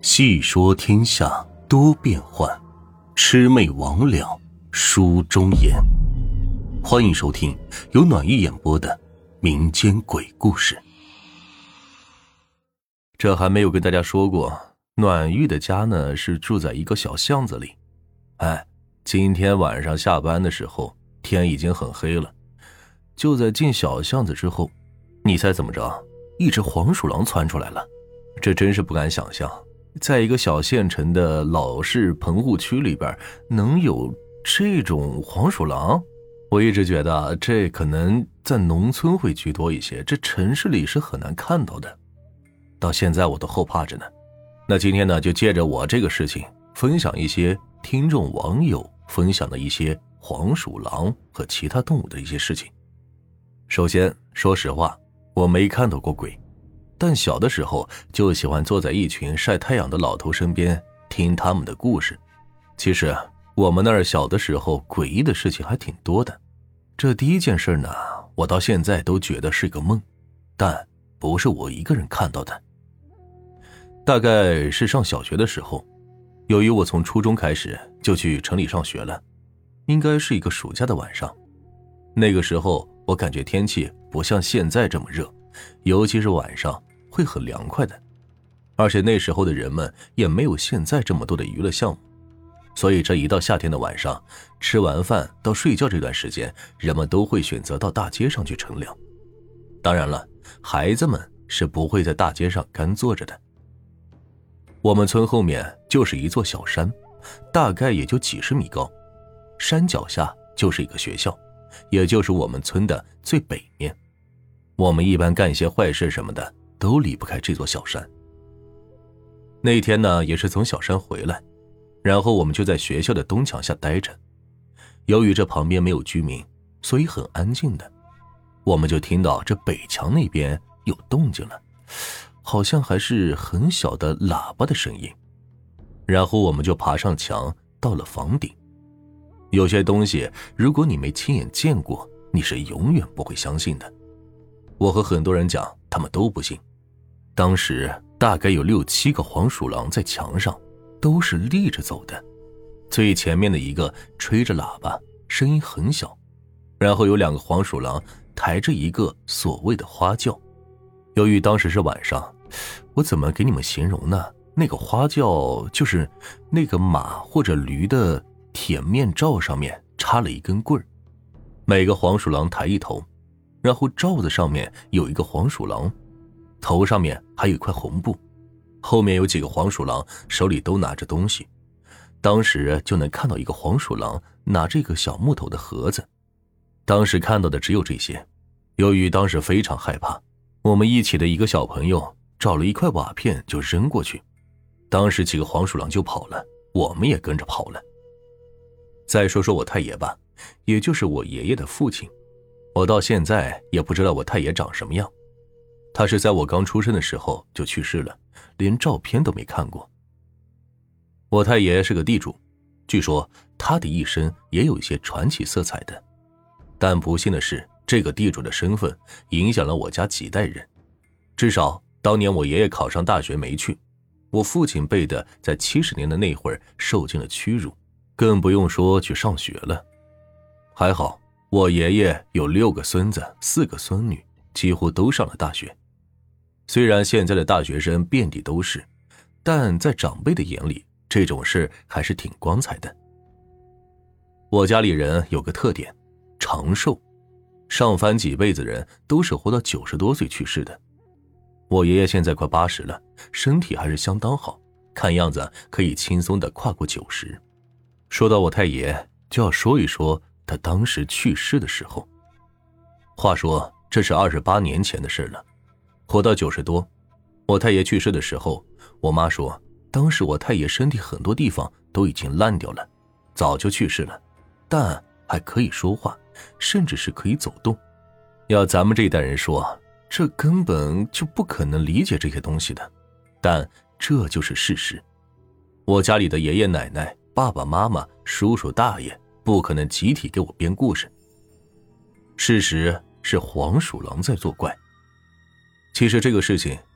细说天下多变幻，魑魅魍魉书中言。欢迎收听由暖玉演播的民间鬼故事。这还没有跟大家说过，暖玉的家呢是住在一个小巷子里。今天晚上下班的时候，天已经很黑了。就在进小巷子之后，你猜怎么着？一只黄鼠狼窜出来了。这真是不敢想象，在一个小县城的老式棚户区里边，能有这种黄鼠狼？我一直觉得这可能在农村会居多一些，这城市里是很难看到的。到现在我都后怕着呢。那今天呢，就借着我这个事情，分享一些听众网友分享的一些黄鼠狼和其他动物的一些事情。首先说实话，我没看到过鬼，但小的时候就喜欢坐在一群晒太阳的老头身边听他们的故事。其实我们那儿小的时候诡异的事情还挺多的。这第一件事呢，我到现在都觉得是个梦，但不是我一个人看到的。大概是上小学的时候，由于我从初中开始就去城里上学了，应该是一个暑假的晚上。那个时候我感觉天气不像现在这么热，尤其是晚上会很凉快的，而且那时候的人们也没有现在这么多的娱乐项目，所以这一到夏天的晚上，吃完饭到睡觉这段时间，人们都会选择到大街上去乘凉。当然了，孩子们是不会在大街上干坐着的。我们村后面就是一座小山，大概也就几十米高，山脚下就是一个学校，也就是我们村的最北面。我们一般干一些坏事什么的都离不开这座小山。那天呢，也是从小山回来，然后我们就在学校的东墙下待着。由于这旁边没有居民，所以很安静的。我们就听到这北墙那边有动静了，好像还是很小的喇叭的声音。然后我们就爬上墙到了房顶。有些东西如果你没亲眼见过，你是永远不会相信的。我和很多人讲，他们都不信。当时大概有6、7个黄鼠狼在墙上，都是立着走的。最前面的一个吹着喇叭，声音很小，然后有2个黄鼠狼抬着一个所谓的花轿。由于当时是晚上，我怎么给你们形容呢？那个花轿就是那个马或者驴的铁面罩上面插了一根棍儿，每个黄鼠狼抬一头，然后罩子上面有一个黄鼠狼，头上面还有一块红布，后面有几个黄鼠狼手里都拿着东西。当时就能看到一个黄鼠狼拿着一个小木头的盒子。当时看到的只有这些。由于当时非常害怕，我们一起的一个小朋友找了一块瓦片就扔过去，当时几个黄鼠狼就跑了，我们也跟着跑了。再说说我太爷吧，也就是我爷爷的父亲，我到现在也不知道我太爷长什么样。他是在我刚出生的时候就去世了，连照片都没看过。我太爷是个地主，据说他的一生也有一些传奇色彩的，但不幸的是，这个地主的身份影响了我家几代人。至少当年我爷爷考上大学没去，我父亲辈的在70年的那会儿受尽了屈辱，更不用说去上学了。还好我爷爷有6个孙子4个孙女，几乎都上了大学。虽然现在的大学生遍地都是，但在长辈的眼里，这种事还是挺光彩的。我家里人有个特点，长寿，上番几辈子人都是活到90多岁去世的。我爷爷现在快80了，身体还是相当好，看样子可以轻松地跨过90。说到我太爷，就要说一说他当时去世的时候。话说这是28年前的事了，活到90多。我太爷去世的时候，我妈说当时我太爷身体很多地方都已经烂掉了，早就去世了，但还可以说话，甚至是可以走动。要咱们这一代人说，这根本就不可能理解这些东西的，但这就是事实。我家里的爷爷奶奶、爸爸妈妈、叔叔大爷不可能集体给我编故事。事实是黄鼠狼在作怪。其实这个事情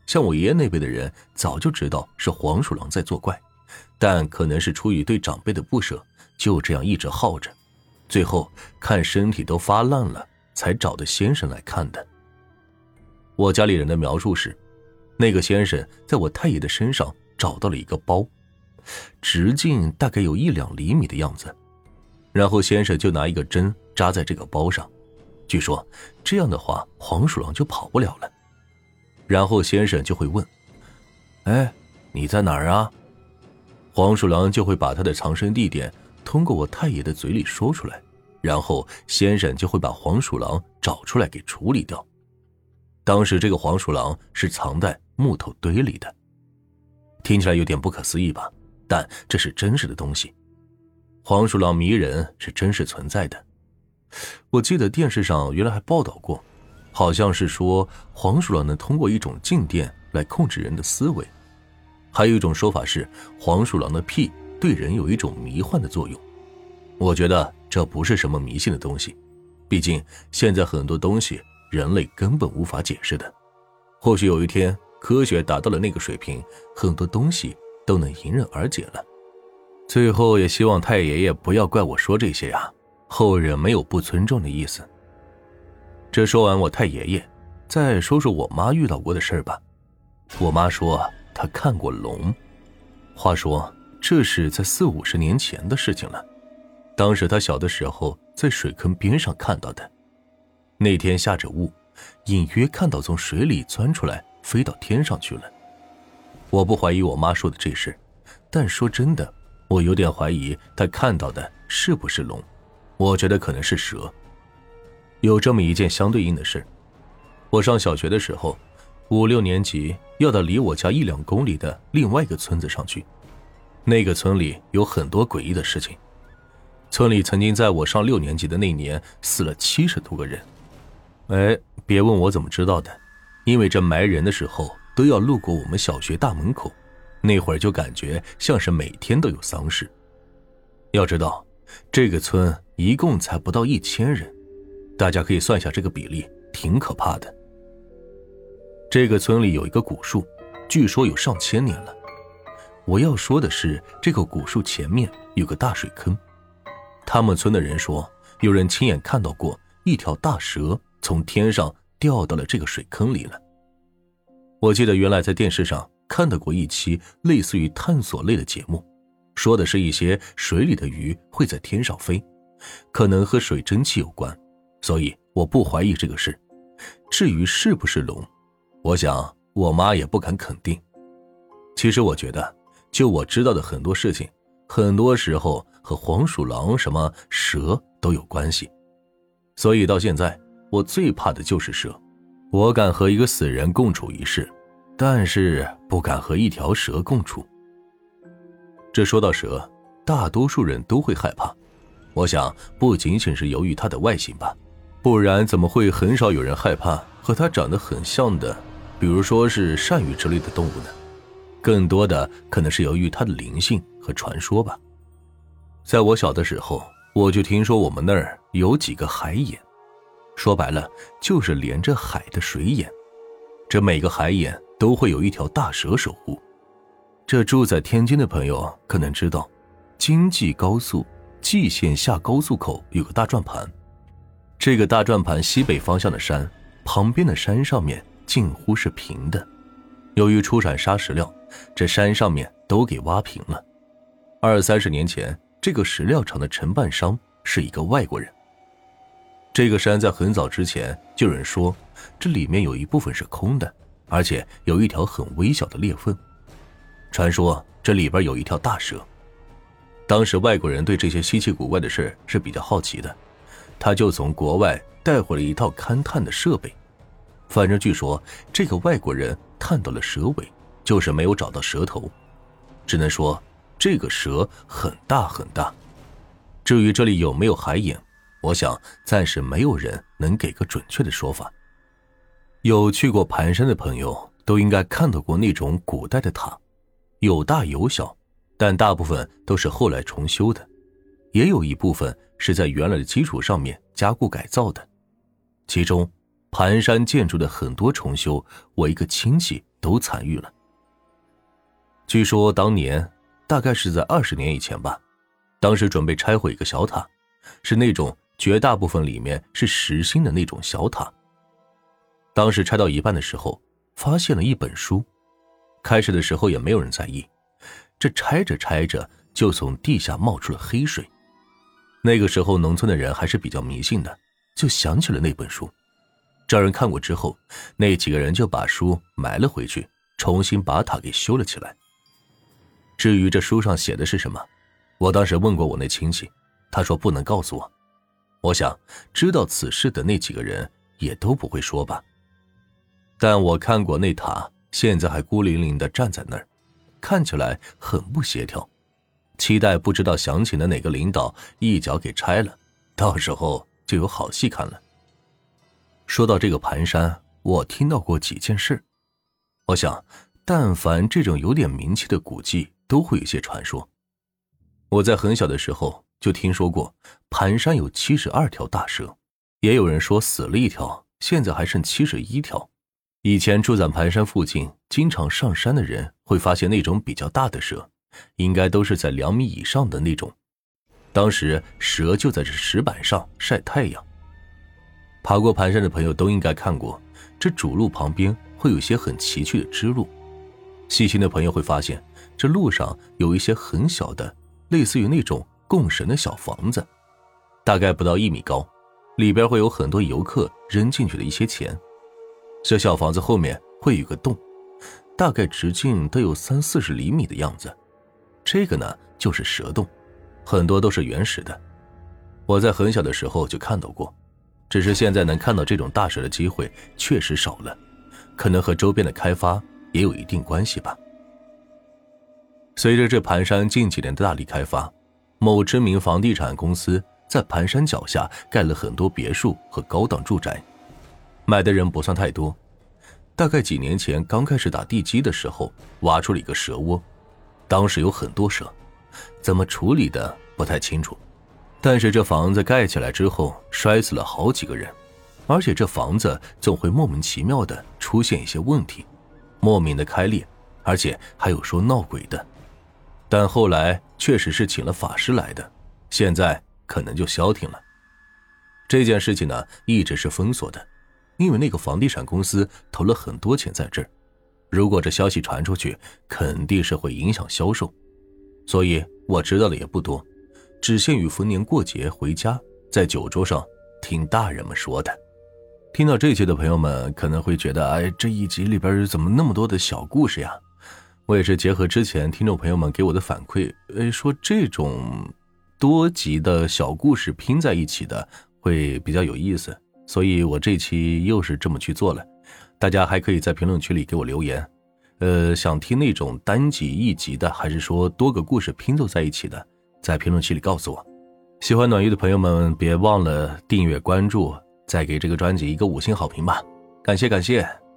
像我爷爷那辈的人早就知道是黄鼠狼在作怪，但可能是出于对长辈的不舍，就这样一直耗着，最后看身体都发烂了才找的先生来看的。我家里人的描述是，那个先生在我太爷的身上找到了一个包，直径大概有1-2厘米的样子，然后先生就拿一个针扎在这个包上，据说这样的话黄鼠狼就跑不了了。然后先生就会问，哎，你在哪儿啊？黄鼠狼就会把他的藏身地点通过我太爷的嘴里说出来，然后先生就会把黄鼠狼找出来给处理掉。当时这个黄鼠狼是藏在木头堆里的。听起来有点不可思议吧，但这是真实的东西。黄鼠狼迷人是真实存在的。我记得电视上原来还报道过，好像是说黄鼠狼能通过一种静电来控制人的思维，还有一种说法是黄鼠狼的屁对人有一种迷幻的作用。我觉得这不是什么迷信的东西，毕竟现在很多东西人类根本无法解释的。或许有一天科学达到了那个水平，很多东西都能迎刃而解了。最后也希望太爷爷不要怪我说这些呀，后人没有不尊重的意思。这说完我太爷爷，再说说我妈遇到过的事儿吧。我妈说她看过龙，话说这是在40-50年前的事情了。当时她小的时候在水坑边上看到的。那天下着雾，隐约看到从水里钻出来飞到天上去了。我不怀疑我妈说的这事，但说真的，我有点怀疑她看到的是不是龙，我觉得可能是蛇。有这么一件相对应的事，我上小学的时候，5-6年级要到离我家1-2公里的另外一个村子上去。那个村里有很多诡异的事情。村里曾经在我上6年级的那年死了70多个人。别问我怎么知道的，因为这埋人的时候都要路过我们小学大门口，那会儿就感觉像是每天都有丧事。要知道这个村一共才不到1000人，大家可以算一下这个比例，挺可怕的。这个村里有一个古树，据说有上千年了。我要说的是，这个古树前面有个大水坑。他们村的人说，有人亲眼看到过一条大蛇从天上掉到了这个水坑里了。我记得原来在电视上看到过一期类似于探索类的节目，说的是一些水里的鱼会在天上飞，可能和水蒸气有关，所以我不怀疑这个事。至于是不是龙，我想我妈也不敢肯定。其实我觉得，就我知道的很多事情，很多时候和黄鼠狼什么蛇都有关系。所以到现在我最怕的就是蛇。我敢和一个死人共处一室，但是不敢和一条蛇共处。这说到蛇，大多数人都会害怕，我想不仅仅是由于它的外形吧，不然怎么会很少有人害怕和它长得很像的，比如说是鳝鱼之类的动物呢？更多的可能是由于它的灵性和传说吧。在我小的时候，我就听说我们那儿有几个海眼，说白了就是连着海的水眼，这每个海眼都会有一条大蛇守护。这住在天津的朋友可能知道，京蓟高速蓟县下高速口有个大转盘，这个大转盘西北方向的山，旁边的山上面近乎是平的，由于出产砂石料，这山上面都给挖平了。20-30年前，这个石料厂的承办商是一个外国人。这个山在很早之前就有人说，这里面有一部分是空的，而且有一条很微小的裂缝，传说这里边有一条大蛇。当时外国人对这些稀奇古怪的事是比较好奇的，他就从国外带回了一套勘探的设备。反正据说这个外国人探到了蛇尾，就是没有找到蛇头，只能说这个蛇很大很大。至于这里有没有海眼，我想暂时没有人能给个准确的说法。有去过盘山的朋友都应该看到过那种古代的塔，有大有小，但大部分都是后来重修的，也有一部分是在原来的基础上面加固改造的。其中盘山建筑的很多重修，我一个亲戚都参与了。据说当年大概是在20年以前吧，当时准备拆毁一个小塔，是那种绝大部分里面是实心的那种小塔。当时拆到一半的时候，发现了一本书，开始的时候也没有人在意，这拆着拆着就从地下冒出了黑水。那个时候农村的人还是比较迷信的，就想起了那本书。找人看过之后，那几个人就把书埋了回去，重新把塔给修了起来。至于这书上写的是什么，我当时问过我那亲戚，他说不能告诉我。我想知道此事的那几个人也都不会说吧。但我看过那塔现在还孤零零地站在那儿，看起来很不协调，期待不知道详情的哪个领导一脚给拆了，到时候就有好戏看了。说到这个盘山，我听到过几件事。我想但凡这种有点名气的古迹都会有些传说。我在很小的时候就听说过盘山有72条大蛇，也有人说死了一条，现在还剩71条。以前住在盘山附近经常上山的人会发现那种比较大的蛇，应该都是在2米以上的那种。当时蛇就在这石板上晒太阳。爬过盘山的朋友都应该看过，这主路旁边会有一些很崎岖的支路，细心的朋友会发现这路上有一些很小的类似于那种供神的小房子，大概不到1米高，里边会有很多游客扔进去的一些钱。这小房子后面会有一个洞，大概直径都有30-40厘米的样子，这个呢就是蛇洞，很多都是原始的。我在很小的时候就看到过，只是现在能看到这种大蛇的机会确实少了，可能和周边的开发也有一定关系吧。随着这盘山近几年的大力开发，某知名房地产公司在盘山脚下盖了很多别墅和高档住宅，买的人不算太多。大概几年前刚开始打地基的时候，挖出了一个蛇窝，当时有很多蛇，怎么处理的不太清楚。但是这房子盖起来之后摔死了好几个人，而且这房子总会莫名其妙的出现一些问题，莫名的开裂，而且还有说闹鬼的。但后来确实是请了法师来的，现在可能就消停了。这件事情呢一直是封锁的，因为那个房地产公司投了很多钱在这儿，如果这消息传出去肯定是会影响销售，所以我知道的也不多，只限于逢年过节回家在酒桌上听大人们说的。听到这些的朋友们可能会觉得，哎，这一集里边怎么那么多的小故事呀？我也是结合之前听众朋友们给我的反馈，说这种多集的小故事拼在一起的会比较有意思，所以我这期又是这么去做了。大家还可以在评论区里给我留言，想听那种单集一集的，还是说多个故事拼凑在一起的，在评论区里告诉我。喜欢暖玉的朋友们别忘了订阅关注，再给这个专辑一个5星好评吧，感谢感谢。